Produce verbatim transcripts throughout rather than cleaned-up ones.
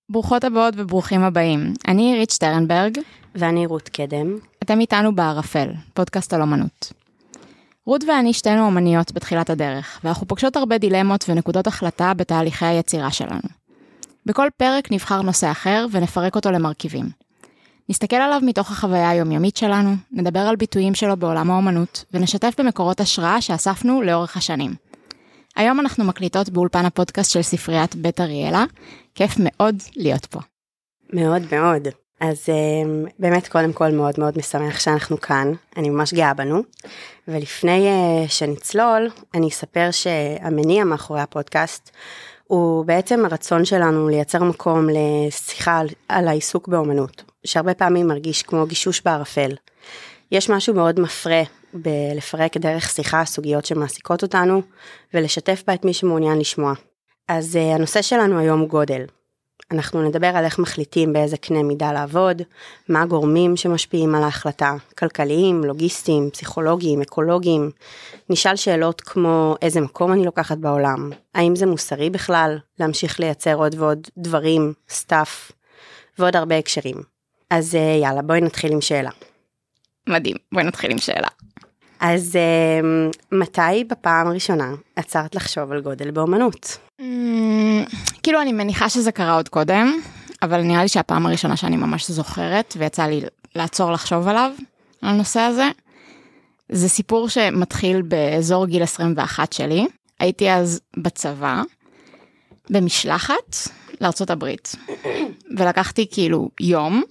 ברוכות הבאות וברוכים הבאים. אני עירית שטרנברג. ואני רות קדם. אתם איתנו בערפל, פודקאסט על אומנות. רות ואני שתינו אומניות בתחילת הדרך, ואנחנו פוגשות הרבה דילמות ונקודות החלטה בתהליכי היצירה שלנו. בכל פרק נבחר נושא אחר ונפרק אותו למרכיבים. נסתכל עליו מתוך החוויה היומיומית שלנו, נדבר על ביטויים שלו בעולם האומנות, ונשתף במקורות השראה שאספנו לאורך השנים. היום אנחנו מקליטות באולפן הפודקאסט של ספריית בית אריאלה. כיף מאוד להיות פה. מאוד מאוד. אז באמת קודם כל מאוד מאוד משמח שאנחנו כאן. אני ממש גאה בנו. ולפני שנצלול, אני אספר שהמניע מאחורי הפודקאסט, הוא בעצם הרצון שלנו לייצר מקום לשיחה על, על העיסוק באומנות, שהרבה פעמים מרגיש כמו גישוש בערפל. יש משהו מאוד מפרה בלפרק דרך שיחה סוגיות שמעסיקות אותנו, ולשתף בה את מי שמעוניין לשמוע. אז uh, הנושא שלנו היום הוא גודל. אנחנו נדבר על איך מחליטים באיזה קנה מידה לעבוד, מה הגורמים שמשפיעים על ההחלטה, כלכליים, לוגיסטיים, פסיכולוגיים, אקולוגיים. נשאל שאלות כמו איזה מקום אני לוקחת בעולם, האם זה מוסרי בכלל, להמשיך לייצר עוד ועוד דברים, סטאפ, ועוד הרבה הקשרים. אז uh, יאללה, בואי נתחיל עם שאלה. מדהים, בואי נתחיל עם שאלה. אז uh, מתי בפעם הראשונה עצרת לחשוב על גודל באומנות? Mm, כאילו אני מניחה שזה קרה עוד קודם, אבל נראה לי שהפעם הראשונה שאני ממש זוכרת, ויצא לי לעצור לחשוב עליו, על הנושא הזה, זה סיפור שמתחיל באזור גיל עשרים ואחת שלי. הייתי אז בצבא, במשלחת לארצות הברית, ולקחתי כאילו יום,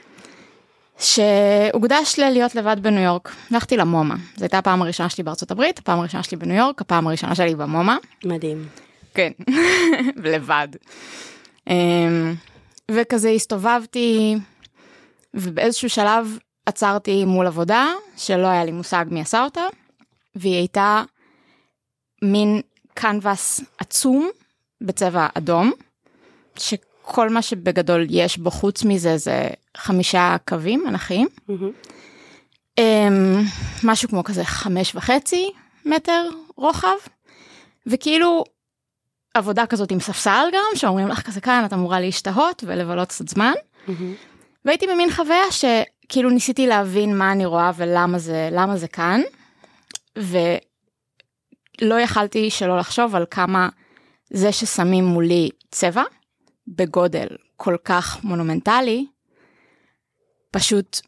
שהוקדש ללהיות לבד בניו יורק. הלכתי למומה. זו הייתה הפעם הראשונה שלי בארצות הברית, הפעם הראשונה שלי בניו יורק, הפעם הראשונה שלי במומה. מדהים. כן, לבד. וכזה הסתובבתי, ובאיזשהו שלב עצרתי מול עבודה, שלא היה לי מושג מי עשה אותה, והיא הייתה מין קנבס עצום, בצבע אדום, שכל מה שבגדול יש בו חוץ מזה, זה חמישה קווים אנכיים, mm-hmm. משהו כמו כזה חמש וחצי מטר רוחב, וכאילו עבודה כזאת עם ספסל גם, שאומרים לך כזה כאן, את אמורה להשתהות ולבלות קצת זמן, mm-hmm. והייתי במין חוויה שכאילו ניסיתי להבין מה אני רואה ולמה זה, למה זה כאן, ולא יכלתי שלא לחשוב על כמה זה ששמים מולי צבע, בגודל כל כך מונומנטלי, פשוט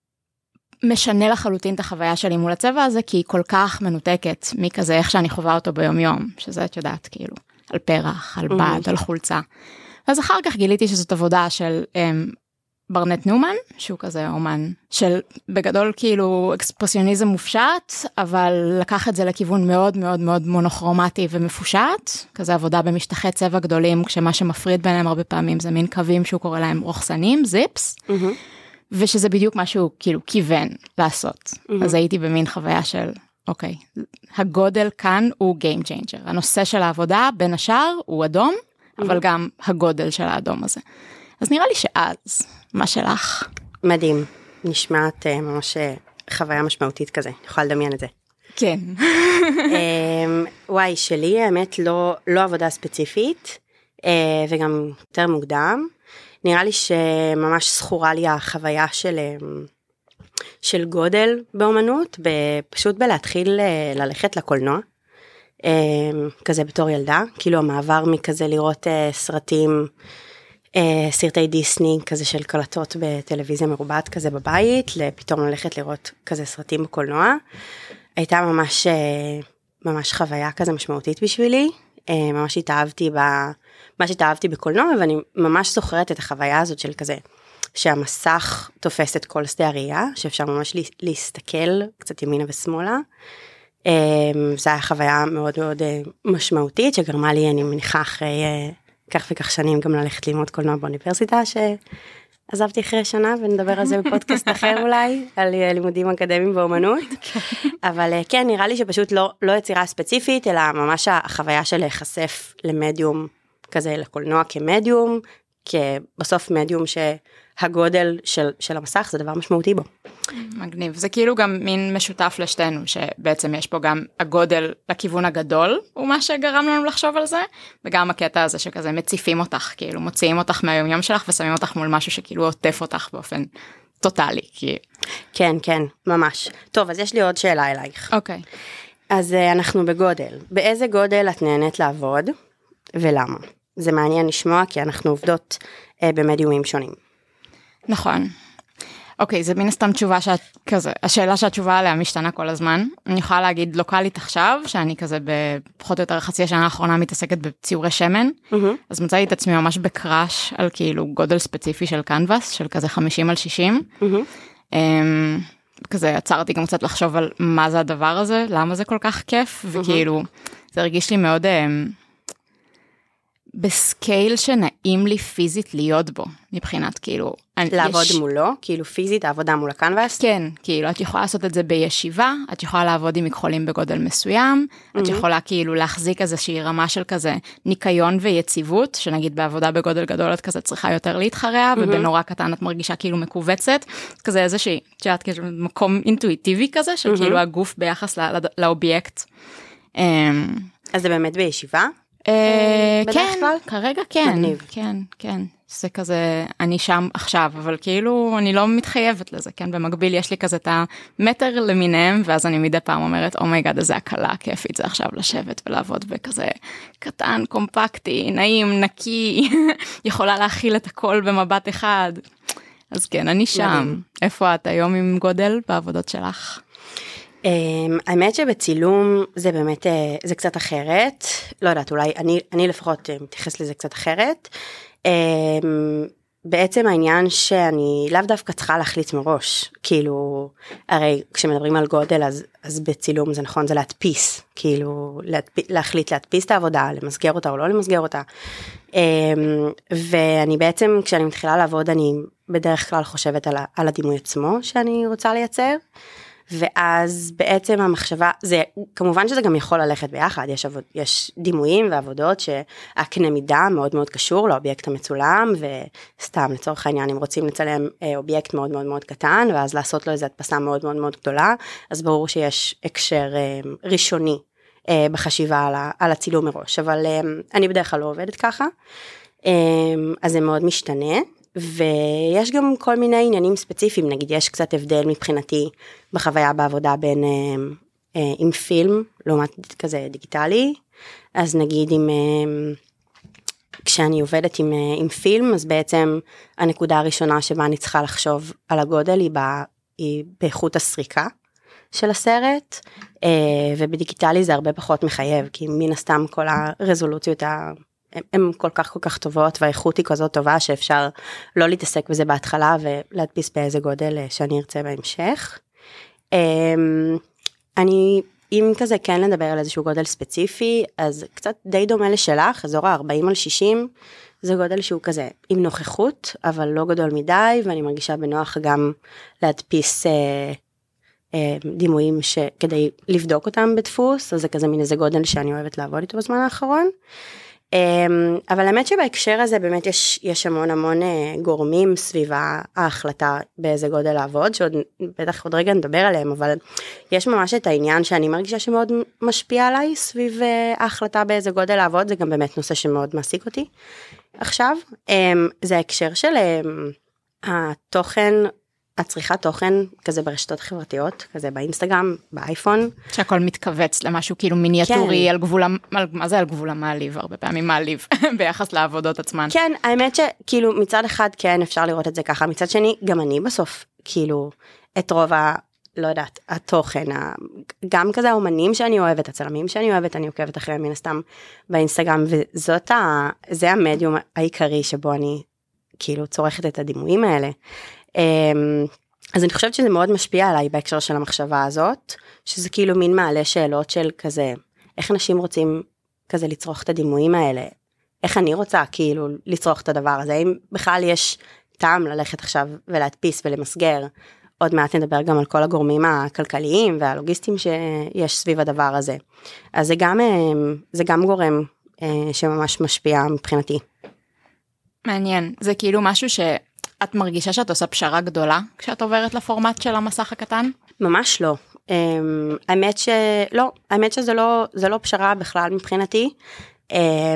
משנה לחלוטין את החוויה שלי מול הצבע הזה, כי היא כל כך מנותקת מכזה איך שאני חווה אותו ביום יום, שזה את יודעת כאילו, על פרח, על בד, על חולצה. ואז אחר כך גיליתי שזאת עבודה של um, ברנט ניומן, שהוא כזה אומן של בגדול כאילו אקספרסיוניזם מופשט, אבל לקח את זה לכיוון מאוד מאוד מאוד מונוכרומטי ומפושט, כזה עבודה במשטחי צבע גדולים, כשמה שמפריד ביניהם הרבה פעמים זה מין קווים שהוא קורא להם רוחסנים, זיפס, mm-hmm. ושזה בדיוק משהו כאילו כיוון לעשות. Mm-hmm. אז הייתי במין חוויה של, אוקיי, הגודל כאן הוא game changer. הנושא של העבודה בין השאר הוא אדום, mm-hmm. אבל גם הגודל של האדום הזה. אז נראה לי שאז, מה שלך? מדהים, נשמעת uh, ממש חוויה משמעותית כזה, אני יכולה לדמיין את זה. כן. um, וואי, שלי האמת לא, לא עבודה ספציפית, uh, וגם יותר מוקדם. נראה לי שממש זכורה לי החוויה של, uh, של גודל באומנות, פשוט בלהתחיל uh, ללכת לקולנוע, uh, כזה בתור ילדה, כאילו המעבר מכזה לראות uh, סרטים, Uh, סרטי דיסני כזה של קלטות בטלוויזיה מרובעת כזה בבית, לפתאום ללכת לראות כזה סרטים בקולנוע, הייתה ממש, uh, ממש חוויה כזה משמעותית בשבילי, uh, ממש התאהבתי, ב, ממש התאהבתי בקולנוע, ואני ממש זוכרת את החוויה הזאת של כזה, שהמסך תופס את כל שדה הראייה, שאפשר ממש להסתכל קצת ימינה ושמאלה, uh, זו היה חוויה מאוד מאוד uh, משמעותית, שגרמה לי, אני מניחה אחרי... Uh, כך וכך שנים גם ללכת ללמוד קולנוע באוניברסיטה, שעזבתי אחרי שנה, ונדבר על זה בפודקאסט אחר אולי, על לימודים אקדמיים באומנות. אבל כן, נראה לי שפשוט לא, לא יצירה ספציפית, אלא ממש החוויה של להיחשף למדיום כזה, לקולנוע כמדיום, כבסוף מדיום הגודל של, של המסך זה דבר משמעותי בו. מגניב, זה כאילו גם מין משותף לשתינו, שבעצם יש פה גם הגודל לכיוון הגדול, הוא מה שגרם לנו לחשוב על זה, וגם הקטע הזה שכזה מציפים אותך, כאילו מוציאים אותך מהיומיום שלך, ושמים אותך מול משהו שכאילו עוטף אותך באופן טוטלי. כי... כן, כן, ממש. טוב, אז יש לי עוד שאלה אלייך. אוקיי. אז uh, אנחנו בגודל. באיזה גודל את נהנית לעבוד, ולמה? זה מעניין לשמוע, כי אנחנו עובדות uh, במדיומים שונים. נכון. אוקיי, זה מן הסתם תשובה שאת כזה, השאלה שהתשובה עליה משתנה כל הזמן. אני יכולה להגיד לוקלית עכשיו, שאני כזה בפחות או יותר חצי השנה האחרונה מתעסקת בציורי שמן, mm-hmm. אז מצאתי את עצמי ממש בקראש על כאילו גודל ספציפי של קנבס, של כזה חמישים על שישים. Mm-hmm. Um, כזה עצרתי גם קצת לחשוב על מה זה הדבר הזה, למה זה כל כך כיף, mm-hmm. וכאילו זה הרגיש לי מאוד... Um, בסקייל שנעים לי פיזית להיות בו, מבחינת כאילו... לעבוד יש... מולו? כאילו פיזית, העבודה מול הקנבס? כן, כאילו את יכולה לעשות את זה בישיבה, את יכולה לעבוד עם מכחולים בגודל מסוים, mm-hmm. את יכולה כאילו להחזיק איזושהי רמה של כזה ניקיון ויציבות, שנגיד בעבודה בגודל גדול את כזה צריכה יותר להתחרע, mm-hmm. ובנורא קטן את מרגישה כאילו מקובצת, כזה איזושהי, שאת כאילו מקום אינטואיטיבי כזה, של mm-hmm. כאילו הגוף ביחס לא, לאובייקט. אז זה באמת בישיבה? כן, כרגע כן, כן, כן, זה כזה, אני שם עכשיו, אבל כאילו אני לא מתחייבת לזה, כן, במקביל יש לי כזה את המטר למיניהם, ואז אני מדי פעם אומרת, אומייגאד, איזה הקלה כיפית זה עכשיו לשבת ולעבוד בכזה קטן, קומפקטי, נעים, נקי, יכולה להכיל את הכל במבט אחד, אז כן, אני שם. איפה את היום עם גודל בעבודות שלך? האמת שבצילום זה באמת, זה קצת אחרת, לא יודעת, אולי אני, אני לפחות מתייחס לזה קצת אחרת, בעצם העניין שאני לאו דווקא צריכה להחליט מראש, כאילו, הרי כשמדברים על גודל, אז, אז בצילום זה נכון, זה להדפיס, כאילו, להדפ, להחליט להדפיס את העבודה, למסגר אותה או לא למסגר אותה, ואני בעצם, כשאני מתחילה לעבוד, אני בדרך כלל חושבת על, על הדימוי עצמו שאני רוצה לייצר, ואז בעצם המחשבה, זה, כמובן שזה גם יכול ללכת ביחד, יש, עבוד, יש דימויים ועבודות שהקנה מידה מאוד מאוד קשור לאובייקט המצולם, וסתם לצורך העניין, אם רוצים לצלם אובייקט מאוד מאוד מאוד קטן, ואז לעשות לו איזו הדפסה מאוד מאוד מאוד גדולה, אז ברור שיש הקשר ראשוני בחשיבה על, על הצילום מראש, אבל אני בדרך כלל לא עובדת ככה, אז זה מאוד משתנה, ויש גם כל מיני עניינים ספציפיים, נגיד יש קצת הבדל מבחינתי בחוויה בעבודה בין אה, אה, עם פילם, לעומת כזה דיגיטלי, אז נגיד עם, אה, כשאני עובדת עם, אה, עם פילם, אז בעצם הנקודה הראשונה שבה אני צריכה לחשוב על הגודל היא, בא, היא באיכות הסריקה של הסרט, אה, ובדיגיטלי זה הרבה פחות מחייב, כי מן הסתם כל הרזולוציות ה... הן כל כך כל כך טובות, והאיכות היא כזאת טובה שאפשר לא להתעסק בזה בהתחלה, ולהדפיס באיזה גודל שאני ארצה בהמשך. אני, אם כזה כן לדבר על איזשהו גודל ספציפי, אז קצת די דומה לשלך, אזור ה-ארבעים על שישים, זה גודל שהוא כזה עם נוכחות, אבל לא גדול מדי, ואני מרגישה בנוח גם להדפיס דימויים שכדי לבדוק אותם בדפוס, אז זה כזה מין איזה גודל שאני אוהבת לעבוד איתו בזמן האחרון. אבל האמת שבהקשר הזה באמת יש, יש המון המון גורמים סביב ההחלטה באיזה גודל לעבוד, שעוד בטח עוד רגע נדבר עליהם, אבל יש ממש את העניין שאני מרגישה שמאוד משפיע עליי סביב ההחלטה באיזה גודל לעבוד, זה גם באמת נושא שמאוד מעסיק אותי עכשיו. זה ההקשר של התוכן, הצריכת תוכן כזה ברשתות חברתיות, כזה באינסטגרם, באייפון. שהכל מתכווץ למשהו כאילו מיניאטורי, כן. על גבול, על, מה זה על גבול המעליב? הרבה פעמים מעליב ביחס לעבודות עצמן. כן, האמת שכאילו מצד אחד כן אפשר לראות את זה ככה, מצד שני גם אני בסוף כאילו את רוב ה... לא יודעת, התוכן, גם כזה האומנים שאני אוהבת, הצלמים שאני אוהבת, אני עוקבת אחריהם מן הסתם באינסטגרם, וזאת ה... זה המדיום העיקרי שבו אני כאילו צורכת את הדימויים האלה. אז אני חושבת שזה מאוד משפיע עליי בהקשר של המחשבה הזאת, שזה כאילו מין מעלה שאלות של כזה, איך אנשים רוצים כזה לצרוך את הדימויים האלה, איך אני רוצה כאילו לצרוך את הדבר הזה, האם בכלל יש טעם ללכת עכשיו ולהדפיס ולמסגר, עוד מעט נדבר גם על כל הגורמים הכלכליים והלוגיסטיים שיש סביב הדבר הזה, אז זה גם, זה גם גורם שממש משפיע מבחינתי. מעניין, זה כאילו משהו ש... את מרגישה שאת עושה פשרה גדולה כשאת עוברת לפורמט של המסך הקטן? ממש לא. Um, האמת שלא, האמת שזה לא, זה לא פשרה בכלל מבחינתי. Um,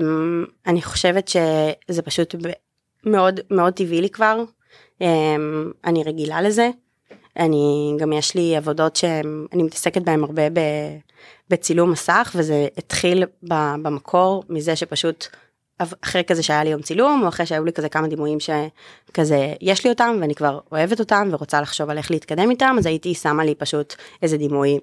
אני חושבת שזה פשוט מאוד מאוד טבעי לי כבר. Um, אני רגילה לזה. אני, גם יש לי עבודות שאני מתעסקת בהן הרבה ב, בצילום מסך, וזה התחיל במקור מזה שפשוט אחרי כזה שהיה לי יום צילום, או אחרי שהיו לי כזה כמה דימויים שכזה יש לי אותם, ואני כבר אוהבת אותם, ורוצה לחשוב על איך להתקדם איתם, אז הייתי שמה לי פשוט איזה דימוי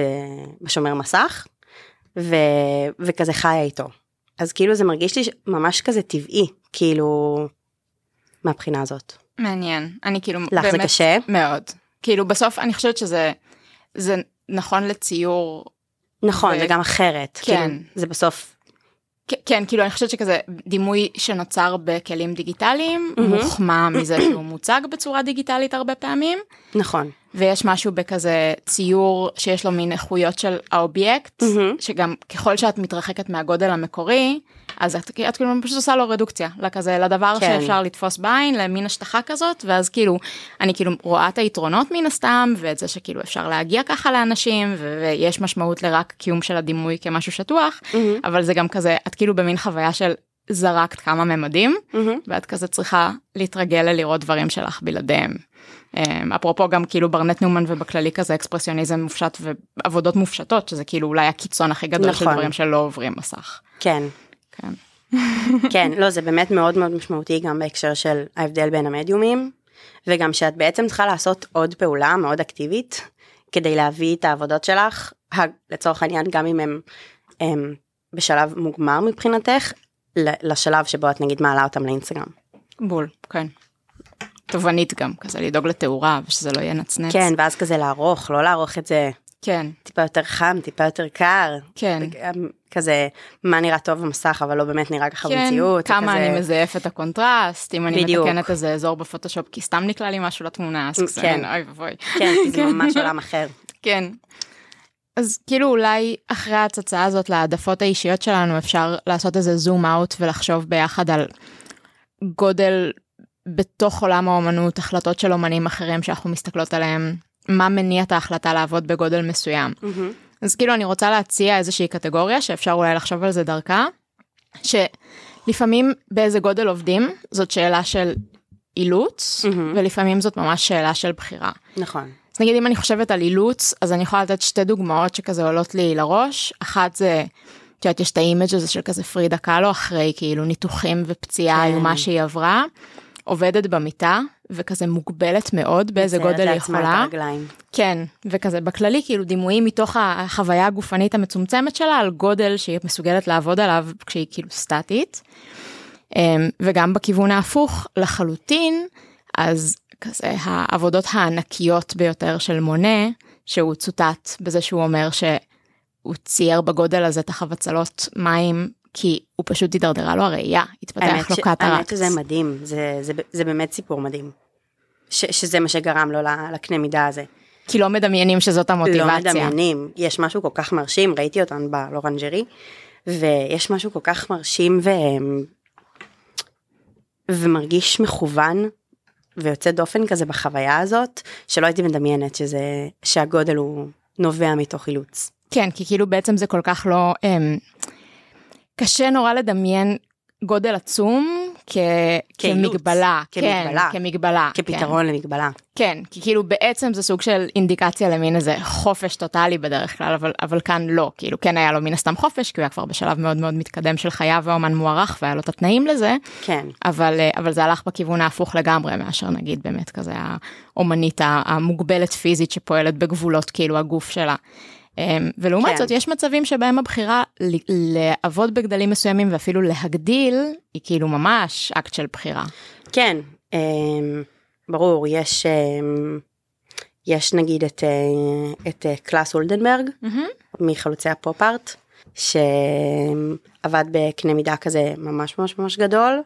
בשומר מסך, ו, וכזה חיה איתו. אז כאילו זה מרגיש לי ממש כזה טבעי, כאילו, מהבחינה הזאת. מעניין, אני כאילו לך באמת... זה קשה? מאוד. כאילו בסוף אני חושבת שזה זה נכון לציור. נכון, ו... זה גם אחרת. כן. כאילו, זה בסוף... כן, כאילו אני חושבת שכזה דימוי שנוצר בכלים דיגיטליים, mm-hmm. מוחמא מזה שהוא מוצג בצורה דיגיטלית הרבה פעמים. נכון. ויש משהו בכזה ציור שיש לו מין איכויות של האובייקט, mm-hmm. שגם ככל שאת מתרחקת מהגודל המקורי, אז את, את כאילו פשוט עושה לו רדוקציה, לכזה, לדבר כן. שאפשר לתפוס בעין, למין השטחה כזאת, ואז כאילו, אני כאילו רואה את היתרונות מן הסתם, ואת זה שכאילו אפשר להגיע ככה לאנשים, ו- ויש משמעות לרק קיום של הדימוי כמשהו שטוח, mm-hmm. אבל זה גם כזה, את כאילו במין חוויה של זרקת כמה ממדים, mm-hmm. ואת כזה צריכה להתרגל ללראות דברים שלך בלעדיהם. אפרופו גם כאילו ברנט ניומן ובכללי כזה אקספרסיוניזם מופשט ועבודות מופשטות, שזה כאילו אולי הקיצון הכי גדול נכון. של דברים שלא עוברים מסך. כן. כן. כן, לא, זה באמת מאוד מאוד משמעותי גם בהקשר של ההבדל בין המדיומים, וגם שאת בעצם צריכה לעשות עוד פעולה מאוד אקטיבית, כדי להביא את העבודות שלך, לצורך העניין גם אם הם, הם בשלב מוגמר מבחינתך, לשלב שבו את נגיד מעלה אותם לאינסטגרם. בול, כן. תובנית גם, כזה לדאוג לתאורה, ושזה לא יהיה נצנץ. כן, ואז כזה לערוך, לא לערוך את זה. כן. טיפה יותר חם, טיפה יותר קר. כן. כזה, מה נראה טוב במסך, אבל לא באמת נראה ככה במציאות. כן, כמה אני מזייף את הקונטרסט, אם אני מתקנת איזה אזור בפוטושופ, כי סתם נקלע לי משהו לתמונה, אז כזה, אוי ובוי. כן, כי זה ממש עולם אחר. כן. אז כאילו אולי אחרי ההצצה הזאת להעדפות האישיות שלנו, אפשר לעשות איזה זום אאוט ולחשוב ביחד על גודל בתוך עולם האומנות, החלטות של אומנים אחרים שאנחנו מסתכלות עליהם, מה מניע את ההחלטה לעבוד בגודל מסוים. Mm-hmm. אז כאילו אני רוצה להציע איזושהי קטגוריה שאפשר אולי לחשוב על זה דרכה, שלפעמים באיזה גודל עובדים, זאת שאלה של אילוץ, mm-hmm. ולפעמים זאת ממש שאלה של בחירה. נכון. אז נגיד אם אני חושבת על אילוץ, אז אני יכולה לתת שתי דוגמאות שכזה עולות לי לראש, אחת זה, שאת יש את האימג' הזה של כזה פרידה קאלו, אחרי כאילו ניתוחים ופציעה, כן. איומה שהיא עברה, עובדת במיטה, וכזה מוגבלת מאוד, באיזה גודל היא יכולה. כן, וכזה בכללי, כאילו דימויים מתוך החוויה הגופנית המצומצמת שלה, על גודל שהיא מסוגלת לעבוד עליו, כשהיא כאילו סטטית. וגם בכיוון ההפוך, לחלוטין, אז כזה העבודות הענקיות ביותר של מונה, שהוא צוטט בזה שהוא אומר שהוא צייר בגודל הזה את החבצלות מים, כי הוא פשוט הידרדרה לו הראייה, התפתח לו קטרקט. האמת שזה מדהים, זה, זה, זה באמת סיפור מדהים, ש, שזה מה שגרם לו לקנה מידה הזה. כי לא מדמיינים שזאת המוטיבציה. לא מדמיינים, יש משהו כל כך מרשים, ראיתי אותן בלורנג'רי, ויש משהו כל כך מרשים ו... ומרגיש מכוון, ויוצא דופן כזה בחוויה הזאת, שלא הייתי מדמיינת שזה, שהגודל הוא נובע מתוך אילוץ. כן, כי כאילו בעצם זה כל כך לא... קשה נורא לדמיין גודל עצום כ... כמגבלה. כמגבלה. כן, כמגבלה. כפתרון כן. למגבלה. כן, כי כאילו בעצם זה סוג של אינדיקציה למין איזה חופש טוטלי בדרך כלל, אבל, אבל כאן לא, כאילו כן היה לו מן הסתם חופש, כי הוא היה כבר בשלב מאוד מאוד מתקדם של חייו, והאומן מוערך, והיה לו את התנאים לזה, כן. אבל, אבל זה הלך בכיוון ההפוך לגמרי, מאשר נגיד באמת כזה האומנית המוגבלת פיזית שפועלת בגבולות כאילו הגוף שלה. ולעומת זאת, יש מצבים שבהם הבחירה לעבוד בגדלים מסוימים ואפילו להגדיל, היא כאילו ממש אקט של בחירה. כן, ברור, יש, יש נגיד את, את קלאס אולדנברג, מחלוצי הפופ-ארט, שעבד בקנה מידה כזה ממש ממש ממש גדול.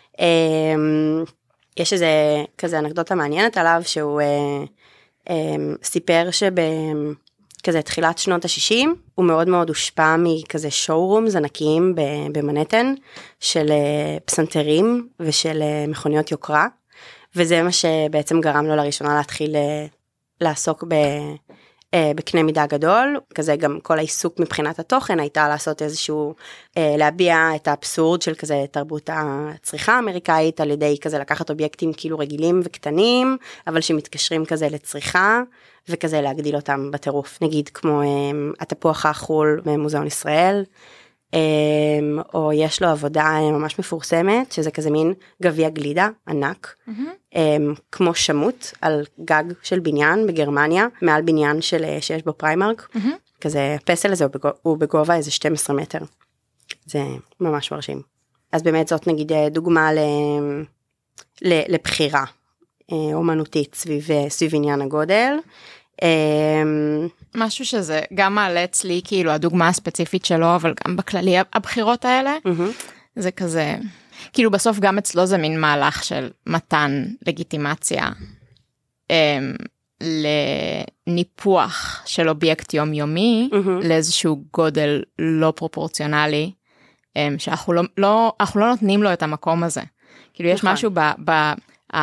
יש איזה כזה אנקדוטה מעניינת עליו, שהוא סיפר שב... כזה תחילת שנות ה-שישים, הוא מאוד מאוד הושפע מכזה שואורומס ענקיים במנהטן, של פסנתרים ושל מכוניות יוקרה, וזה מה שבעצם גרם לו לראשונה להתחיל לעסוק ב... בקנה מידה גדול, כזה גם כל העיסוק מבחינת התוכן הייתה לעשות איזשהו, להביע את האבסורד של כזה תרבות הצריכה האמריקאית, על ידי כזה לקחת אובייקטים כאילו רגילים וקטנים, אבל שמתקשרים כזה לצריכה, וכזה להגדיל אותם בטירוף, נגיד כמו התפוח האכול במוזיאון ישראל, או יש לו עבודה ממש מפורסמת, שזה כזה מין גביע גלידה ענק, mm-hmm. כמו שמות על גג של בניין בגרמניה, מעל בניין של, שיש בו פריימרק, mm-hmm. כזה הפסל הזה הוא בגובה, הוא בגובה איזה שנים עשר מטר, זה ממש מרשים. אז באמת זאת נגיד דוגמה ל, ל, לבחירה אומנותית סביב, סביב עניין הגודל, משהו שזה גם מעלה אצלי, כאילו הדוגמה הספציפית שלו, אבל גם בכללי הבחירות האלה, זה כזה, כאילו בסוף גם אצלו זה מין מהלך של מתן לגיטימציה לניפוח של אובייקט יומיומי, לאיזשהו גודל לא פרופורציונלי, שאנחנו לא, אנחנו לא נותנים לו את המקום הזה. כאילו יש משהו ב... ב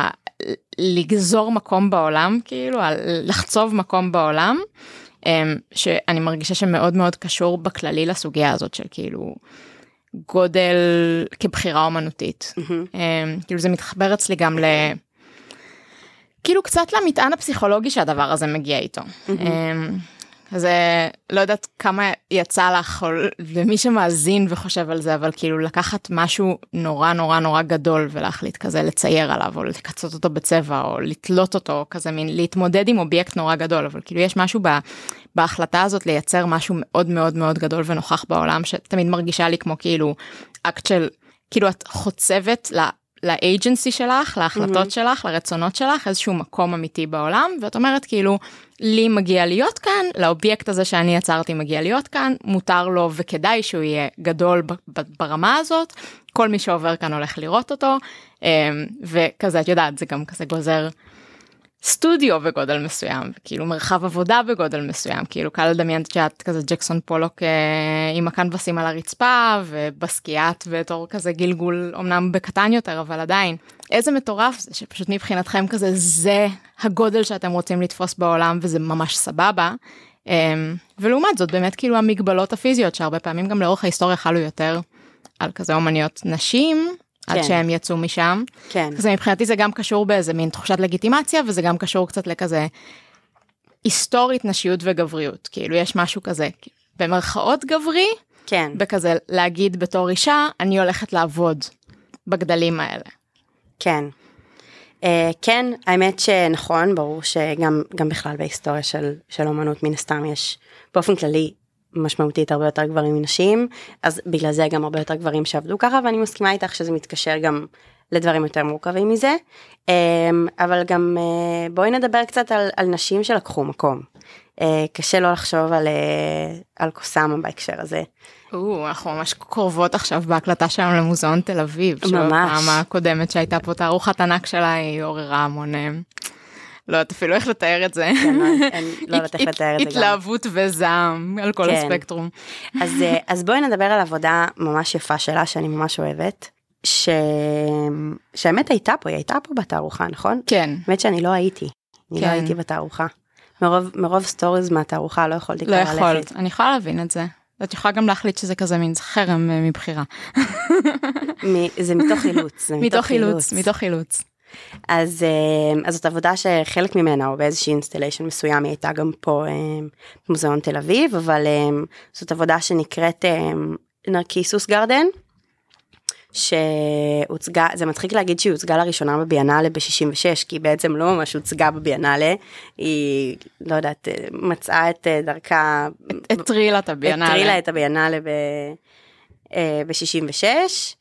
לגזור מקום בעולם, כאילו, לחצוב מקום בעולם, שאני מרגישה שמאוד מאוד קשור בכללי לסוגיה הזאת של כאילו גודל כבחירה אומנותית. כאילו זה מתחבר אצלי גם ל... כאילו קצת למטען הפסיכולוגי שהדבר הזה מגיע איתו. אז לא יודעת כמה יצא לך, למי שמאזין וחושב על זה, אבל כאילו לקחת משהו נורא נורא נורא גדול, ולהחליט כזה לצייר עליו, או לקצות אותו בצבע, או לתלות אותו, כזה מין להתמודד עם אובייקט נורא גדול, אבל כאילו יש משהו בהחלטה הזאת לייצר משהו מאוד מאוד מאוד גדול ונוכח בעולם, שתמיד מרגישה לי כמו כאילו אקט של, כאילו את חוצבת ל... לאג'נסי שלך, להחלטות mm-hmm. שלך, לרצונות שלך, איזשהו מקום אמיתי בעולם, ואת אומרת כאילו, לי מגיע להיות כאן, לאובייקט הזה שאני יצרתי מגיע להיות כאן, מותר לו וכדאי שהוא יהיה גדול ברמה הזאת, כל מי שעובר כאן הולך לראות אותו, וכזה, את יודעת, זה גם כזה גוזר סטודיו בגודל מסוים, כאילו מרחב עבודה בגודל מסוים, כאילו קל לדמיין שאת כזה ג'קסון פולוק עם הקנבסים על הרצפה, ובסקיית בתור כזה גלגול, אמנם בקטן יותר, אבל עדיין, איזה מטורף זה, שפשוט מבחינתכם כזה, זה הגודל שאתם רוצים לתפוס בעולם, וזה ממש סבבה, ולעומת זאת באמת כאילו המגבלות הפיזיות, שהרבה פעמים גם לאורך ההיסטוריה חלו יותר, על כזה אומניות נשים, עד שהם יצאו משם. כן. כזה מבחינתי זה גם קשור באיזה מין תחושת לגיטימציה, וזה גם קשור קצת לכזה היסטורית נשיות וגבריות. כאילו יש משהו כזה, במרכאות גברי, כן. בכזה להגיד בתור אישה, אני הולכת לעבוד בגדלים האלה. כן. Uh, כן, האמת שנכון, ברור שגם גם בכלל בהיסטוריה של, של אומנות מן הסתם יש באופן כללי, משמעותית הרבה יותר גברים מנשים, אז בגלל זה גם הרבה יותר גברים שעבדו ככה, ואני מסכימה איתך שזה מתקשר גם לדברים יותר מורכבים מזה, אבל גם בואי נדבר קצת על, על נשים שלקחו מקום. קשה לא לחשוב על, על קוסאמה בהקשר הזה. או, אנחנו ממש קרובות עכשיו בהקלטה שלנו למוזיאון תל אביב. ממש. שהפעם הקודמת שהייתה פה תערוכת ענק שלה, היא עוררה המון... לא יודעת אפילו איך לתאר את זה. לא יודעת איך לתאר את זה גם. התלהבות וזעם על כל הספקטרום. אז בואי נדבר על עבודה ממש יפה שלה, שאני ממש אוהבת, שהאמת הייתה פה, היא הייתה פה בתערוכה, נכון? כן. האמת שאני לא הייתי, אני לא הייתי בתערוכה. מרוב סטוריז מהתערוכה לא יכולתי כבר ללכת. לא יכולת, אני יכולה להבין את זה. את יכולה גם להחליט שזה כזה מין חרם מבחירה. זה מתוך אילוץ. מתוך אילוץ, מתוך אילוץ. אז, אז זאת עבודה שחלק ממנה, או באיזושהי אינסטליישן מסוים, היא הייתה גם פה במוזיאון תל אביב, אבל זאת עבודה שנקראת נרקיסוס גרדן, שהוצגה, זה מצחיק להגיד שהיא הוצגה לראשונה בביאנלה ב-שישים ושש, כי היא בעצם לא ממש הוצגה בביאנלה, היא, לא יודעת, מצאה את דרכה... הטרילה את הביאנלה. הטרילה את הביאנלה ב-שישים ושש,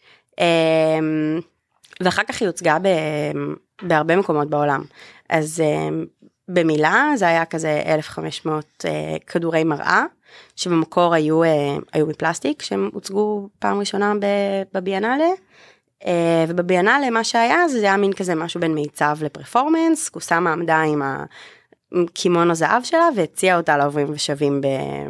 ואחר כך היא הוצגה בהרבה מקומות בעולם. אז במילה זה היה כזה אלף וחמש מאות כדורי מראה, שבמקור היו, היו מפלסטיק, שהם הוצגו פעם ראשונה בביאנלה, ובביאנלה מה שהיה, זה היה מין כזה משהו בין מיצב לפרפורמנס, קוסאמה עמדה עם הכימון הזהב שלה, והציעה אותה לעוברים ושווים ב,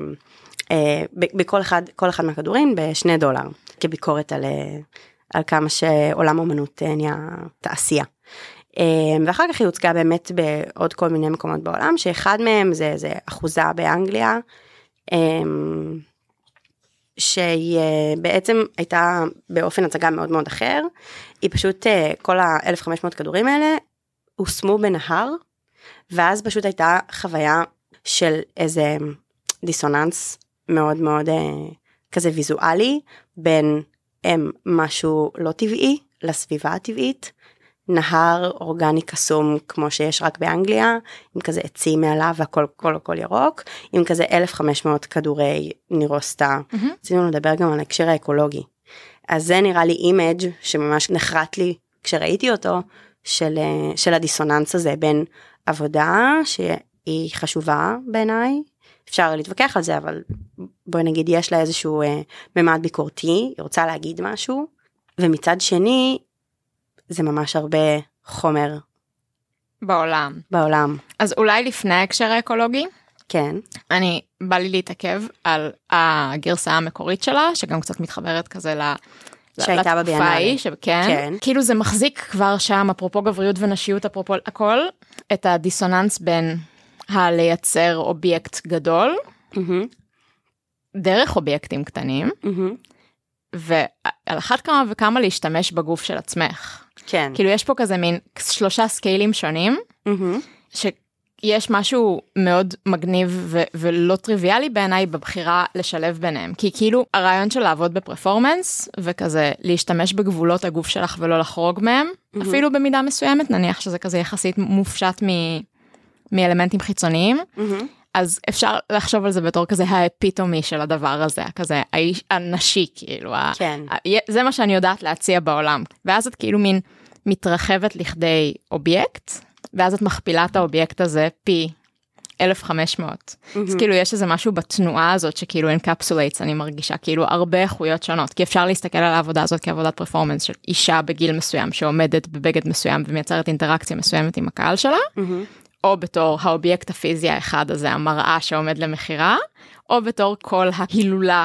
בכל אחד, כל אחד מהכדורים בשני דולר, כביקורת על, על כמה שעולם אומנות נהיה תעשייה. ואחר כך היא הוצגה באמת בעוד כל מיני מקומות בעולם, שאחד מהם זה, זה אחוזה באנגליה, שהיא בעצם הייתה באופן הצגה מאוד מאוד אחר, היא פשוט, כל ה-אלף וחמש מאות כדורים האלה, הושמו בנהר, ואז פשוט הייתה חוויה של איזה דיסוננס מאוד מאוד כזה ויזואלי, בין משהו לא טבעי לסביבה הטבעית, נהר אורגני קסום כמו שיש רק באנגליה, עם כזה עצים מעליו והכל כל הכל ירוק, עם כזה אלף וחמש מאות כדורי נירוסטה. רצינו mm-hmm. לדבר גם על ההקשר האקולוגי. אז זה נראה לי אימג' שממש נחרט לי כשראיתי אותו, של, של הדיסוננס הזה בין עבודה שהיא חשובה בעיניי, אפשר להתווכח על זה, אבל בואי נגיד יש לה איזשהו אה, ממד ביקורתי, היא רוצה להגיד משהו, ומצד שני, זה ממש הרבה חומר. בעולם. בעולם. אז אולי לפני ההקשר האקולוגי? כן. אני, בא לי להתעכב על הגרסה המקורית שלה, שגם קצת מתחברת כזה ל... שהייתה בביאנלי. שכן, כן. כאילו זה מחזיק כבר שם, אפרופו גבריות ונשיות, אפרופו הכל, את הדיסוננס בין הלייצר אובייקט גדול, mm-hmm. דרך אובייקטים קטנים, mm-hmm. ועל אחת כמה וכמה להשתמש בגוף של עצמך. כן. כאילו יש פה כזה מין שלושה סקיילים שונים, mm-hmm. שיש משהו מאוד מגניב ו- ולא טריוויאלי בעיניי בבחירה לשלב ביניהם. כי כאילו הרעיון של לעבוד בפרפורמנס, וכזה להשתמש בגבולות הגוף שלך ולא לחרוג מהם, mm-hmm. אפילו במידה מסוימת, נניח שזה כזה יחסית מופשט מ- מאלמנטים חיצוניים, mm-hmm. אז אפשר לחשוב על זה בתור כזה האפיטומי של הדבר הזה, כזה האיש, הנשי, כאילו, כן. ה, זה מה שאני יודעת להציע בעולם. ואז את כאילו מין מתרחבת לכדי אובייקט, ואז את מכפילה את האובייקט הזה פי אלף וחמש מאות. Mm-hmm. אז כאילו יש איזה משהו בתנועה הזאת שכאילו אנקפסולייטס, אני מרגישה כאילו הרבה איכויות שונות, כי אפשר להסתכל על העבודה הזאת כעבודת פרפורמנס של אישה בגיל מסוים שעומדת בבגד מסוים ומייצרת אינטראקציה מסוימת עם הקהל שלה, mm-hmm. או בתור האובייקט הפיזי האחד הזה, המראה שעומד למחירה, או בתור כל ההילולה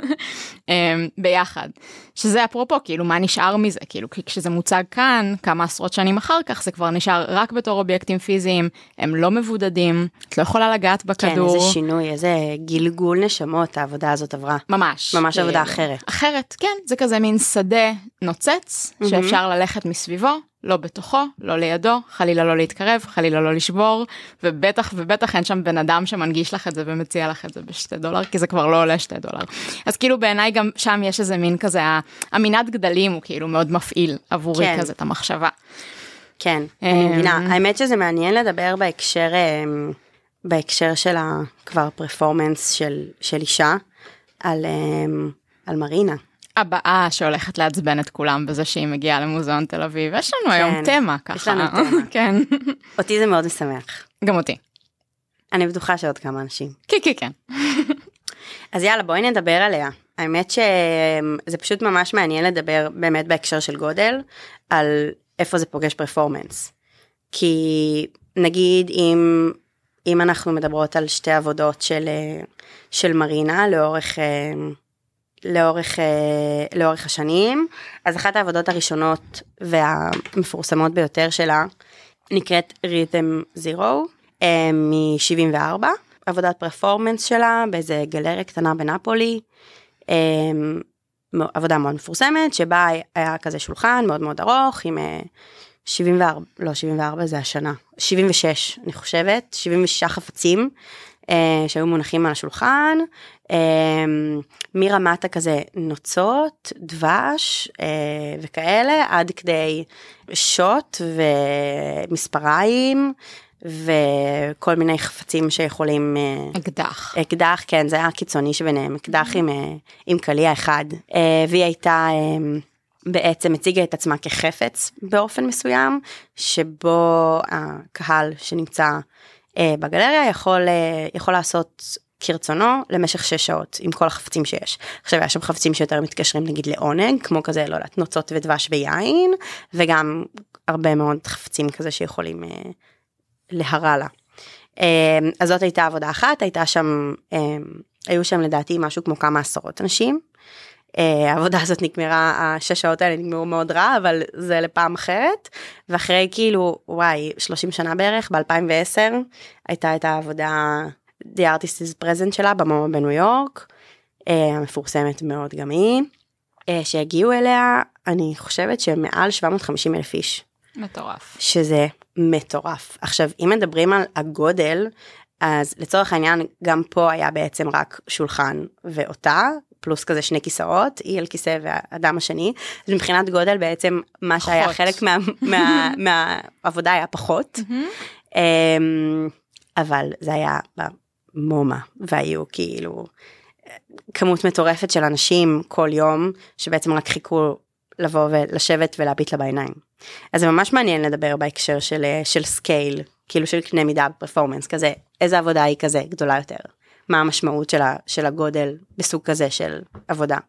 ביחד. שזה אפרופו, כאילו, מה נשאר מזה? כאילו, כשזה מוצג כאן, כמה עשרות שנים אחר כך, זה כבר נשאר רק בתור אובייקטים פיזיים, הם לא מבודדים, את לא יכולה לגעת בכדור. כן, איזה שינוי, איזה גלגול נשמות העבודה הזאת עברה. ממש. ממש עבודה אחרת. אחרת, כן, זה כזה מין שדה נוצץ, שאפשר ללכת מסביבו, לא בתוכו, לא לידו, חלילה לא להתקרב, חלילה לא לשבור, ובטח ובטח אין שם בן אדם שמנגיש לך את זה ומציע לך את זה בשתי דולר, כי זה כבר לא עולה שתי דולר. אז כאילו בעיניי גם שם יש איזה מין כזה, המנעד גדלים הוא כאילו מאוד מפעיל עבורי כן. כזה את המחשבה. כן, אני מבינה. האמת שזה מעניין לדבר בהקשר, בהקשר של כבר פרפורמנס של, של אישה, על, על מרינה. הבאה שהולכת לעצבן את כולם בזה שהיא מגיעה למוזיאון תל אביב. יש לנו כן, היום תמה ככה. יש לנו תמה. כן. אותי זה מאוד משמח. גם אותי. אני בטוחה שעוד כמה אנשים. כן, כן, כן. אז יאללה, בואי נדבר עליה. האמת שזה פשוט ממש מעניין לדבר באמת בהקשר של גודל, על איפה זה פוגש פרפורמנס. כי נגיד אם, אם אנחנו מדברות על שתי עבודות של, של מרינה לאורך... לאורך, לאורך השנים, אז אחת העבודות הראשונות והמפורסמות ביותר שלה נקראת Rhythm Zero מ-שבעים וארבע, עבודת פרפורמנס שלה באיזה גלריה קטנה בנפולי, עבודה מאוד מפורסמת שבה היה כזה שולחן מאוד מאוד ארוך עם שבעים וארבע, לא שבעים וארבע זה השנה, שבעים ושש אני חושבת, שבעים ושש חפצים, שהיו מונחים על השולחן, מרמת הכזה נוצות, דבש וכאלה, עד כדי שוט ומספריים, וכל מיני חפצים שיכולים... אקדח. אקדח, כן, זה היה הקיצוני שביניהם, אקדח עם, עם קליע אחד, והיא הייתה... בעצם הציגה את עצמה כחפץ באופן מסוים, שבו הקהל שנמצא בגלריה יכול, יכול לעשות כרצונו למשך שש שעות עם כל החפצים שיש. עכשיו יש שם חפצים שיותר מתקשרים נגיד לעונג, כמו כזה, לא יודעת, נוצות ודבש ויין, וגם הרבה מאוד חפצים כזה שיכולים להרע לה. אז זאת הייתה עבודה אחת, הייתה שם, היו שם לדעתי משהו כמו כמה עשרות אנשים, העבודה הזאת נגמרה, השש שעות האלה נגמרו מאוד רע, אבל זה לפעם אחרת, ואחרי כאילו, וואי, שלושים שנה בערך, ב-אלפיים ועשר, הייתה את העבודה, The Artist is Present שלה, במומה בניו יורק, המפורסמת מאוד גם היא, שהגיעו אליה, אני חושבת שמעל שבע מאות וחמישים אלף איש. מטורף. שזה מטורף. עכשיו, אם מדברים על הגודל, אז לצורך העניין, גם פה היה בעצם רק שולחן ואותה, פלוס כזה שני כיסאות, היא על כיסא והאדם השני, אז מבחינת גודל בעצם מה שהיה חלק מה, מה, מהעבודה היה פחות, אבל זה היה במומה, והיו כאילו כמות מטורפת של אנשים כל יום, שבעצם רק חיכו לבוא ולשבת ולהביט לה בעיניים. אז זה ממש מעניין לדבר בהקשר של, של סקייל, כאילו של קנה מידה בפרפורמנס, כזה, איזה עבודה היא כזה גדולה יותר. מה המשמעות של, ה, של הגודל בסוג כזה של עבודה.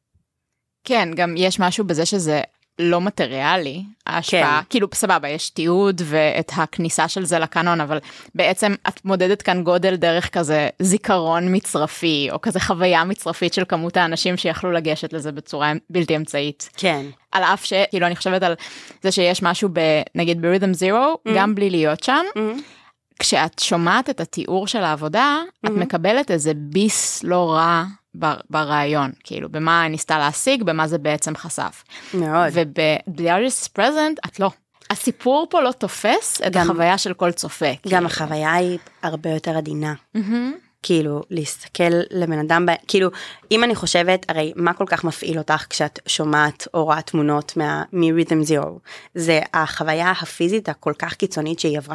כן, גם יש משהו בזה שזה לא מטריאלי, ההשפעה, כן. כאילו סבבה, יש תיעוד ואת הכניסה של זה לקנון, אבל בעצם את מודדת כאן גודל דרך כזה זיכרון מצרפי, או כזה חוויה מצרפית של כמות האנשים שיכלו לגשת לזה בצורה בלתי אמצעית. כן. על אף ש, כאילו אני חושבת על זה שיש משהו ב, נגיד ב-Rhythm Zero, mm-hmm. גם בלי להיות שם, mm-hmm. כשאת שומעת את התיאור של העבודה, mm-hmm. את מקבלת איזה ביס לא רע ברעיון, כאילו, במה ניסתה להשיג, במה זה בעצם חשף. מאוד. וב-The Artist is Present, את לא. הסיפור פה לא תופס את גם, החוויה של כל צופה. גם כאילו. החוויה היא הרבה יותר עדינה. Mm-hmm. כאילו, להסתכל לבן אדם, כאילו, אם אני חושבת, הרי מה כל כך מפעיל אותך כשאת שומעת או רואה תמונות מ-Rhythm Zero? זה החוויה הפיזית הכל כך קיצונית שהיא עברה.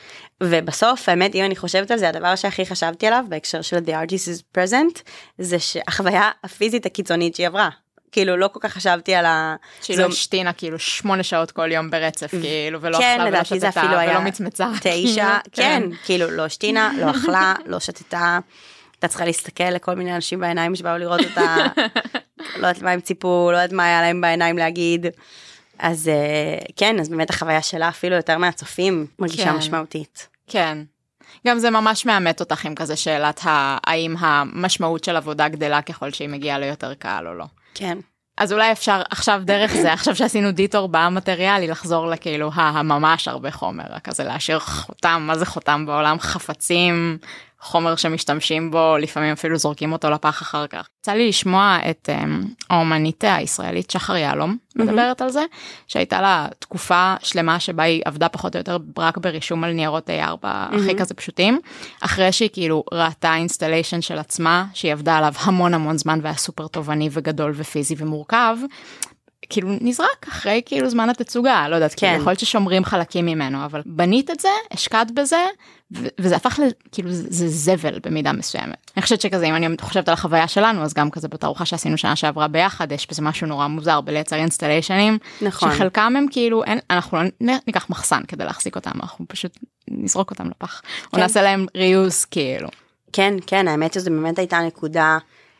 ובסוף, האמת, אם אני חושבת על זה, הדבר שהכי חשבתי עליו, בהקשר של The Artist is Present, זה שהחוויה הפיזית הקיצונית שהיא עברה. כאילו, לא כל כך חשבתי על ה... שהיא לא השתינה, כאילו, שמונה שעות כל יום ברצף, כאילו, ולא אכלה ולא שתתה, ולא מצמצה. תשע, כן, כאילו, לא השתינה, לא אכלה, לא שתתה, אתה צריכה להסתכל לכל מיני אנשים בעיניים שבאו לראות אותה, לא יודעת מה הם ציפו, לא יודעת מה היה להם בעיניים להגיד, אז כן, אז באמת החוויה שלה אפילו יותר מהצופים מרגישה משמעותית. כן. גם זה ממש מאמת אותך עם כזה שאלת האם המשמעות של עבודה גדלה ככל שהיא מגיעה ליותר קהל או לא. כן. אז אולי אפשר עכשיו דרך זה, עכשיו שעשינו דיטור במטריאלי, לחזור לכאילו הממש הרבה חומר, כזה להשאיר חותם, מה זה חותם בעולם, חפצים, חומר שמשתמשים בו, לפעמים אפילו זורקים אותו לפח אחר כך. יצא לי לשמוע את um, האומנית הישראלית שחר יהלום, מדברת mm-hmm. על זה, שהייתה לה תקופה שלמה שבה היא עבדה פחות או יותר רק ברישום על ניירות איי ארבע, mm-hmm. הכי כזה פשוטים, אחרי שהיא כאילו ראתה אינסטליישן של עצמה, שהיא עבדה עליו המון המון זמן, והיה סופר תובעני וגדול ופיזי ומורכב, כאילו נזרק אחרי כאילו זמן התצוגה, לא יודעת, כן. כאילו יכול להיות ששומרים חלקים ממנו, אבל בנית את זה, השקעת בזה, ו- וזה הפך כאילו זה, זה זבל במידה מסוימת. אני חושבת שכזה, אם אני חושבת על החוויה שלנו, אז גם כזה בתערוכה שעשינו שנה שעברה ביחד, יש בזה משהו נורא מוזר בלייצר אינסטליישנים, נכון. שחלקם הם כאילו, אין, אנחנו לא ניקח מחסן כדי להחזיק אותם, אנחנו פשוט נזרוק אותם לפח, כן. או נעשה להם ריוז כאילו. כן, כן, האמת שזו באמת הייתה נקודה,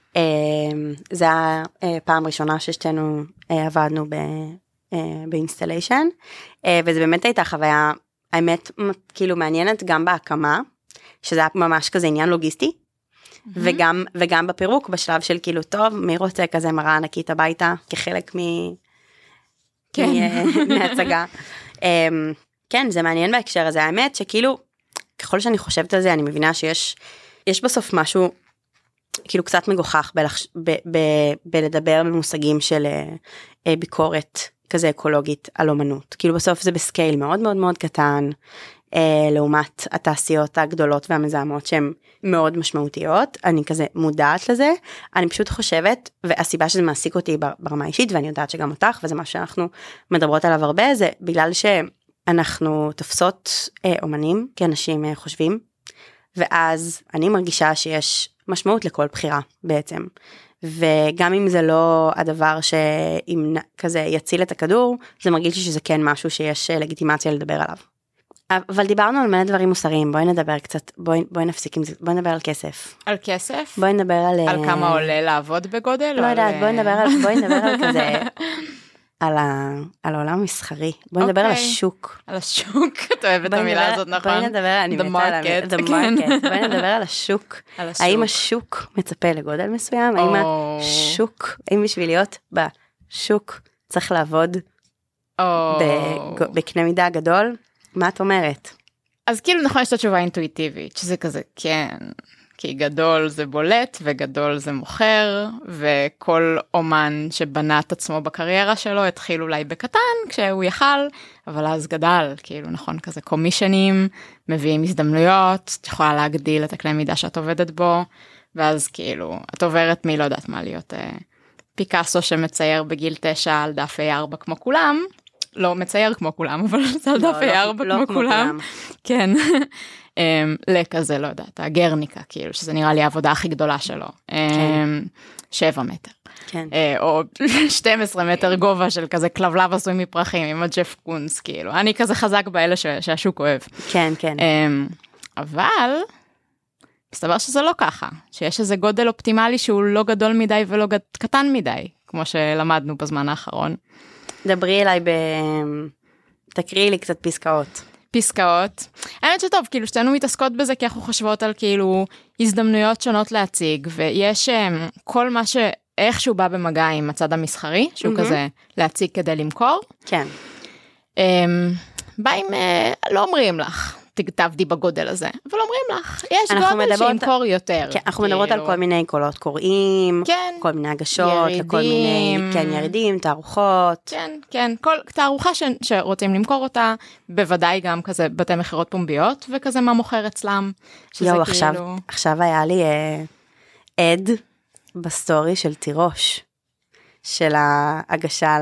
זה היה פעם ראשונה ששתינו עבדנו באינסטליישן, וזה באמת הייתה חוויה, האמת, כאילו מעניינת גם בהקמה, שזה היה ממש כזה עניין לוגיסטי, וגם, וגם בפירוק, בשלב של כאילו, טוב, מי רוצה כזה מראה ענקית הביתה, כחלק מ... מהצגה. כן, זה מעניין בהקשר הזה, האמת שכאילו, ככל שאני חושבת על זה, אני מבינה שיש, יש בסוף משהו, כאילו קצת מגוחך בלחש... ב... ב... בלדבר במושגים של uh, ביקורת כזה אקולוגית על אומנות. כאילו בסוף זה בסקייל מאוד מאוד מאוד קטן, uh, לעומת התעשיות הגדולות והמזהמות שהן מאוד משמעותיות. אני כזה מודעת לזה, אני פשוט חושבת, והסיבה שזה מעסיק אותי ברמה אישית, ואני יודעת שגם אותך, וזה מה שאנחנו מדברות עליו הרבה, זה בגלל שאנחנו תופסות uh, אומנים, כי אנשים uh, חושבים, ואז אני מרגישה שיש משמעות לכל בחירה בעצם, וגם אם זה לא הדבר שאם כזה יציל את הכדור, זה מרגיש לי שזה כן משהו שיש לגיטימציה לדבר עליו. אבל דיברנו על מלא דברים מוסריים, בואי נדבר קצת, בואי, בואי נפסיק עם זה, בואי נדבר על כסף. על כסף? בואי נדבר על... על כמה עולה לעבוד בגודל? לא יודעת, בואי נדבר על, בואי נדבר על כזה, על, ה, על העולם המסחרי. בואי נדבר על השוק. על השוק, את אוהבת את המילה הזאת, נכון? בואי נדבר, אני מתה על המילה, the market. בואי נדבר על השוק. האם השוק מצפה לגודל מסוים? האם השוק, האם בשביל להיות בשוק צריך לעבוד בקנה מידה גדול? מה את אומרת? אז כאילו נכון יש את התשובה אינטואיטיבית, שזה כזה, כן, כי גדול זה בולט וגדול זה מוכר, וכל אומן שבנה את עצמו בקריירה שלו התחיל אולי בקטן כשהוא יכל, אבל אז גדל, כאילו נכון כזה קומישנים, מביאים הזדמנויות, את יכולה להגדיל את הקנה מידה שאת עובדת בו, ואז כאילו את עוברת מי לא יודעת מה להיות אה, פיקאסו שמצייר בגיל תשע על דף איי ארבע כמו כולם, לא מצייר כמו כולם, אבל זה על דף איי ארבע כמו כולם, כן. לכזה, לא יודעת, הגרניקה, כאילו, שזה נראה לי העבודה הכי גדולה שלו. שבע מטר. או שתים עשרה מטר גובה של כזה כלבלב עשוי מפרחים, עם הג'ף קונס, כאילו. אני כזה חזק באלה שהשוק אוהב. כן, כן. אבל, מסתבר שזה לא ככה, שיש איזה גודל אופטימלי שהוא לא גדול מדי ולא קטן מדי, כמו שלמדנו בזמן האחרון. דברי אליי ב... תקריאי לי קצת פסקאות. פסקאות. האמת שטוב, כאילו שתינו מתעסקות בזה, כי אנחנו חושבות על כאילו הזדמנויות שונות להציג, ויש um, כל מה שאיכשהו בא במגע עם הצד המסחרי, שהוא mm-hmm. כזה להציג כדי למכור. כן. Um, בא עם, uh, לא אומרים לך, תעבדי בגודל הזה, אבל אומרים לך, יש גודל שימכור יותר. כן, אנחנו מדברות על כל מיני קולות קוראים, כן, כל מיני הגשות, לכל מיני, כן, ירידים, תערוכות. כן, כן, כל תערוכה ש, שרוצים למכור אותה, בוודאי גם כזה בתי מחירות פומביות, וכזה מה מוכר אצלם. יו, עכשיו, כאילו... עכשיו היה לי אה, עד בסטורי של תירוש, של ההגשה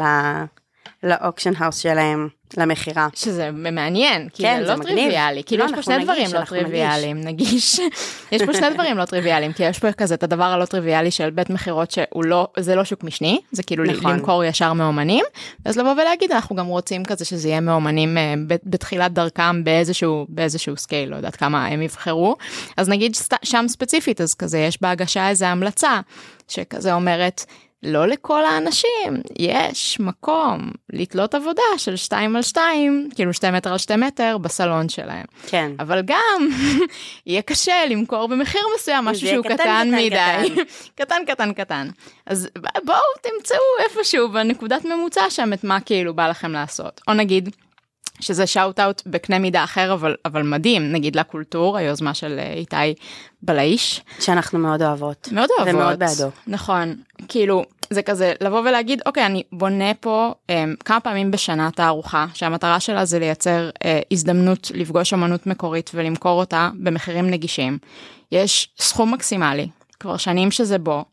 לאוקשן האוס שלהם. למחירה. שזה מעניין, כי זה לא טריוויאלי, כאילו יש פה שני דברים לא טריוויאליים, נגיש, יש פה שני דברים לא טריוויאליים, כי יש פה כזה את הדבר הלא טריוויאלי של בית מחירות שהוא לא, זה לא שוק משני, זה כאילו למכור ישר מאומנים, אז לבוא ולהגיד, אנחנו גם רוצים כזה שזה יהיה מאומנים בתחילת דרכם באיזשהו, באיזשהו סקייל, לא יודעת כמה הם יבחרו, אז נגיד שם ספציפית, אז כזה יש בהגשה איזו המלצה, שכזה אומרת, לא לכל האנשים, יש מקום לתלות עבודה של שתיים על שתיים, כאילו שתי מטר על שתי מטר בסלון שלהם. כן. אבל גם יהיה קשה למכור במחיר מסוים, משהו שהוא קטן, קטן מדי. קטן. קטן, קטן, קטן. אז בואו תמצאו איפשהו בנקודת ממוצע שם את מה כאילו בא לכם לעשות. או נגיד, שזה שאוט-אוט בקנה מידה אחר, אבל, אבל מדהים, נגיד לקולטור, היוזמה של איתי בלאיש. שאנחנו מאוד אוהבות. מאוד אוהבות. ומאוד בעדו. נכון, כאילו, זה כזה, לבוא ולהגיד, אוקיי, אני בונה פה um, כמה פעמים בשנה תערוכה, שהמטרה שלה זה לייצר uh, הזדמנות לפגוש אמנות מקורית ולמכור אותה במחירים נגישים. יש סכום מקסימלי, כבר שנים שזה בו,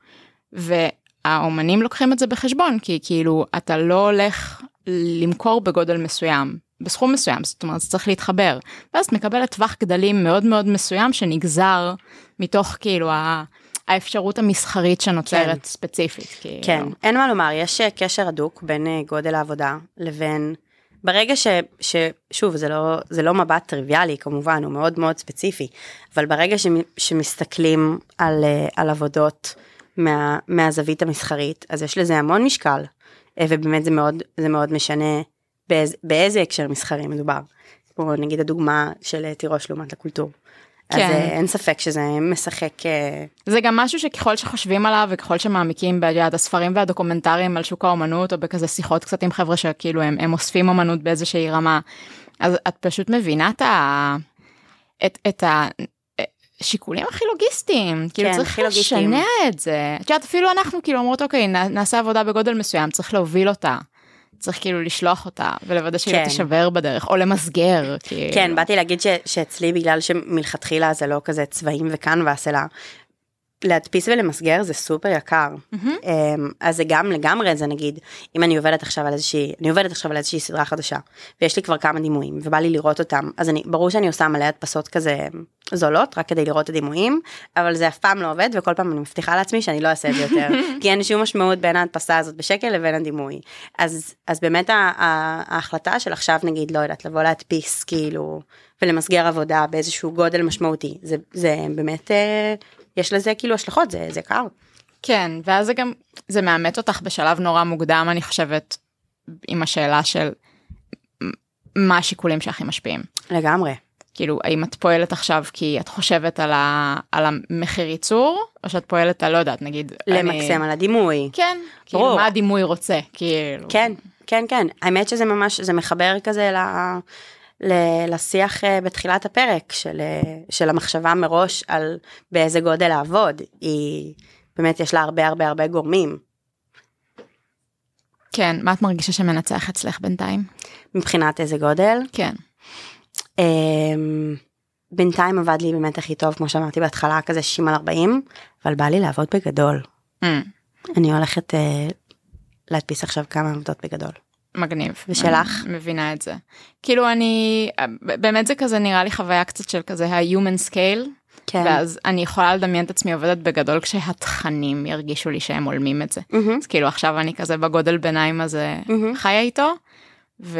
והאומנים לוקחים את זה בחשבון, כי כאילו, אתה לא הולך למכור בגודל מסוים, בסכום מסוים, זאת אומרת, זה צריך להתחבר, ואז את מקבלת טווח גדלים מאוד מאוד מסוים, שנגזר מתוך כאילו האפשרות המסחרית שנוצרת כן. ספציפית. כאילו. כן, אין מה לומר, יש קשר הדוק בין גודל העבודה לבין, ברגע ש, ש שוב, זה לא, זה לא מבט טריוויאלי, כמובן, הוא מאוד מאוד ספציפי, אבל ברגע ש, שמסתכלים על, על עבודות מה, מהזווית המסחרית, אז יש לזה המון משקל, ובאמת זה מאוד, זה מאוד משנה באיזה, באיזה הקשר מסחרי מדובר. כמו נגיד הדוגמה של תירוש לעומת לקולטור. כן. אז אין ספק שזה משחק. זה גם משהו שככל שחושבים עליו, וככל שמעמיקים ביד הספרים והדוקומנטריים על שוק האומנות, או בכזה שיחות קצת עם חבר'ה שכאילו הם, הם אוספים אומנות באיזושהי רמה, אז את פשוט מבינה את ה... את, את ה... שיקולים הכי לוגיסטיים, כאילו כן, צריך לשנע את זה. את יודעת, אפילו אנחנו כאילו אומרות, אוקיי, נעשה עבודה בגודל מסוים, צריך להוביל אותה. צריך כאילו לשלוח אותה, ולוודא שהיא כן. לא תשבר בדרך, או למסגר. כאילו. כן, באתי להגיד ש, שאצלי, בגלל שמלכתחילה זה לא כזה צבעים וקנבס, אלא להדפיס ולמסגר זה סופר יקר. Mm-hmm. אז זה גם לגמרי, זה נגיד, אם אני עובדת עכשיו על איזושהי, אני עובדת עכשיו על איזושהי סדרה חדשה, ויש לי כבר כמה דימויים, ובא לי לראות אותם, אז אני, ברור שאני עושה מלא הדפסות כזה זולות, רק כדי לראות את הדימויים, אבל זה אף פעם לא עובד, וכל פעם אני מבטיחה לעצמי שאני לא אעשה את זה יותר, כי אין שום משמעות בין ההדפסה הזאת בשקל לבין הדימוי. אז, אז באמת ההחלטה של עכשיו, נגיד, לא יודעת, לבוא להדפיס, כאילו, ולמסגר עבודה באיזשהו גודל משמעותי, זה, זה באמת, יש לזה כאילו השלכות, זה, זה קר. כן, ואז זה גם, זה מאמת אותך בשלב נורא מוקדם, אני חושבת, עם השאלה של מה השיקולים שהכי משפיעים. לגמרי. כאילו, האם את פועלת עכשיו כי את חושבת על, ה, על המחיר ייצור, או שאת פועלת על, לא יודעת, נגיד... למקסם אני... על הדימוי. כן, ברור. כאילו, מה הדימוי רוצה, כאילו... כן, כן, כן. האמת שזה ממש, זה מחבר כזה ל... ל... לשיח בתחילת הפרק, של, של המחשבה מראש על באיזה גודל לעבוד. היא, באמת יש לה הרבה הרבה הרבה גורמים. כן, מה את מרגישה שמנצח אצלך בינתיים? מבחינת איזה גודל? כן. בינתיים עבד לי באמת הכי טוב, כמו שאמרתי בהתחלה, כזה שישים על ארבעים, אבל בא לי לעבוד בגדול. אני הולכת להדפיס עכשיו כמה עבודות בגדול. מגניב. ושלך? מבינה את זה. כאילו אני, באמת זה כזה נראה לי חוויה קצת של כזה ה-human scale, כן. ואז אני יכולה לדמיין את עצמי עובדת בגדול כשהתכנים ירגישו לי שהם עולמים את זה. Mm-hmm. אז כאילו עכשיו אני כזה בגודל ביניים הזה mm-hmm. חיה איתו, ו...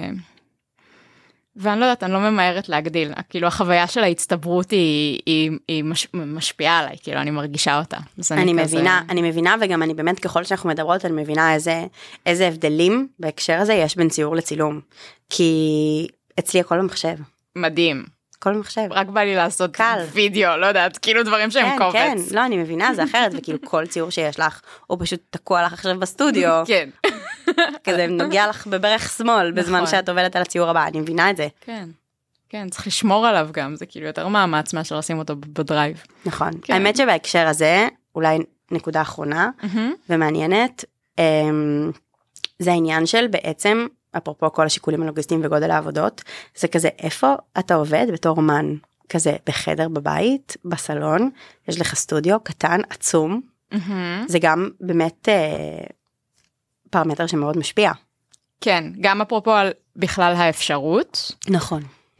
ואני לא יודעת, אני לא ממהרת להגדיל. כאילו החוויה של ההצטברות היא, היא, היא מש, משפיעה עליי, כאילו אני מרגישה אותה. אני, אני כזה... מבינה, אני מבינה, וגם אני באמת ככל שאנחנו מדברות, אני מבינה איזה, איזה הבדלים בהקשר הזה יש בין ציור לצילום. כי אצלי הכל במחשב. מדהים. הכל במחשב. רק בא לי לעשות קל. וידאו, לא יודעת, כאילו דברים שהם כן, קובץ. כן, לא, אני מבינה, זה אחרת, וכאילו כל ציור שיש לך, הוא פשוט תקוע לך עכשיו בסטודיו. כן. כזה נוגע לך בברך שמאל, בזמן שאת עובדת על הציור הבא, אני מבינה את זה. כן, כן, צריך לשמור עליו גם, זה כאילו יותר מאמץ מאשר לשים אותו בדרייב. נכון. האמת שבהקשר הזה, אולי נקודה אחרונה, ומעניינת, זה העניין של בעצם, אפרופו כל השיקולים הלוגיסטיים וגודל העבודות, זה כזה איפה אתה עובד בתור אומן, כזה בחדר בבית, בסלון, יש לך סטודיו קטן, עצום, זה גם באמת פרמטר שמאוד משפיע. כן, גם אפרופו על בכלל האפשרות. נכון.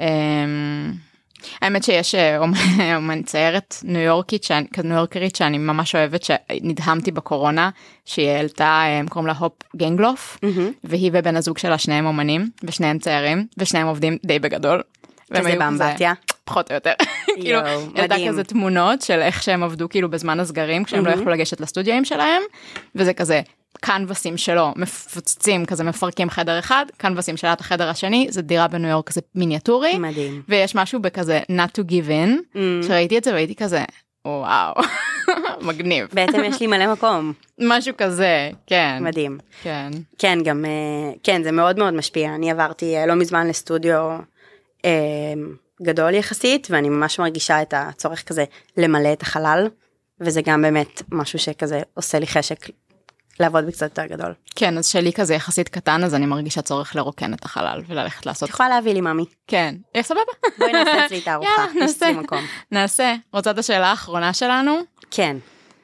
האמת שיש אומן ציירת ניו יורקית, ניו יורקרית שאני ממש אוהבת, שנדהמתי בקורונה, שהיא העלתה, קוראים לה הופ גנגלוף, והיא ובן הזוג שלה שניהם אומנים, ושניהם ציירים, ושניהם עובדים די בגדול. כזה באמבטיה. פחות או יותר. כאילו, העלתה כזה תמונות של איך שהם עבדו כאילו בזמן הסגרים, כשהם לא יכלו לגשת לסטודיואים שלהם, וזה כזה קנבסים שלו, מפוצצים, כזה מפרקים חדר אחד, קנבסים שלה את החדר השני, זה דירה בניו יורק כזה מיניאטורי, מדהים. ויש משהו בכזה not to give in, mm. שראיתי את זה והייתי כזה, וואו, מגניב. בעצם יש לי מלא מקום. משהו כזה, כן. מדהים. כן. כן, גם, כן, זה מאוד מאוד משפיע. אני עברתי לא מזמן לסטודיו אה, גדול יחסית, ואני ממש מרגישה את הצורך כזה למלא את החלל, וזה גם באמת משהו שכזה עושה לי חשק לעבוד בקצת יותר גדול. כן, אז שלי כזה יחסית קטן, אז אני מרגישה צורך לרוקן את החלל וללכת לעשות. את יכולה להביא לי ממי. כן, סבבה. בואי נעשה אצלי את הארוחה. יאללה, נעשה. נעשה. רוצה את השאלה האחרונה שלנו? כן.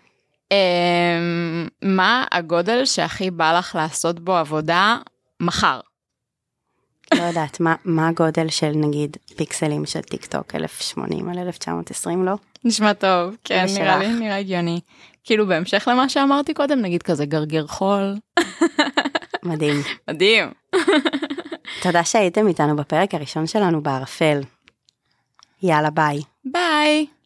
מה הגודל שהכי בא לך לעשות בו עבודה מחר? לא יודעת, מה הגודל של נגיד פיקסלים של טיק טוק אלף ושמונים על אלף תשע מאות ועשרים, לא? נשמע טוב, כן, נראה לי, נראה הגיוני. כאילו בהמשך למה שאמרתי קודם, נגיד כזה גרגר חול. מדהים. מדהים. תודה שהייתם איתנו בפרק הראשון שלנו בערפל. יאללה, ביי. ביי.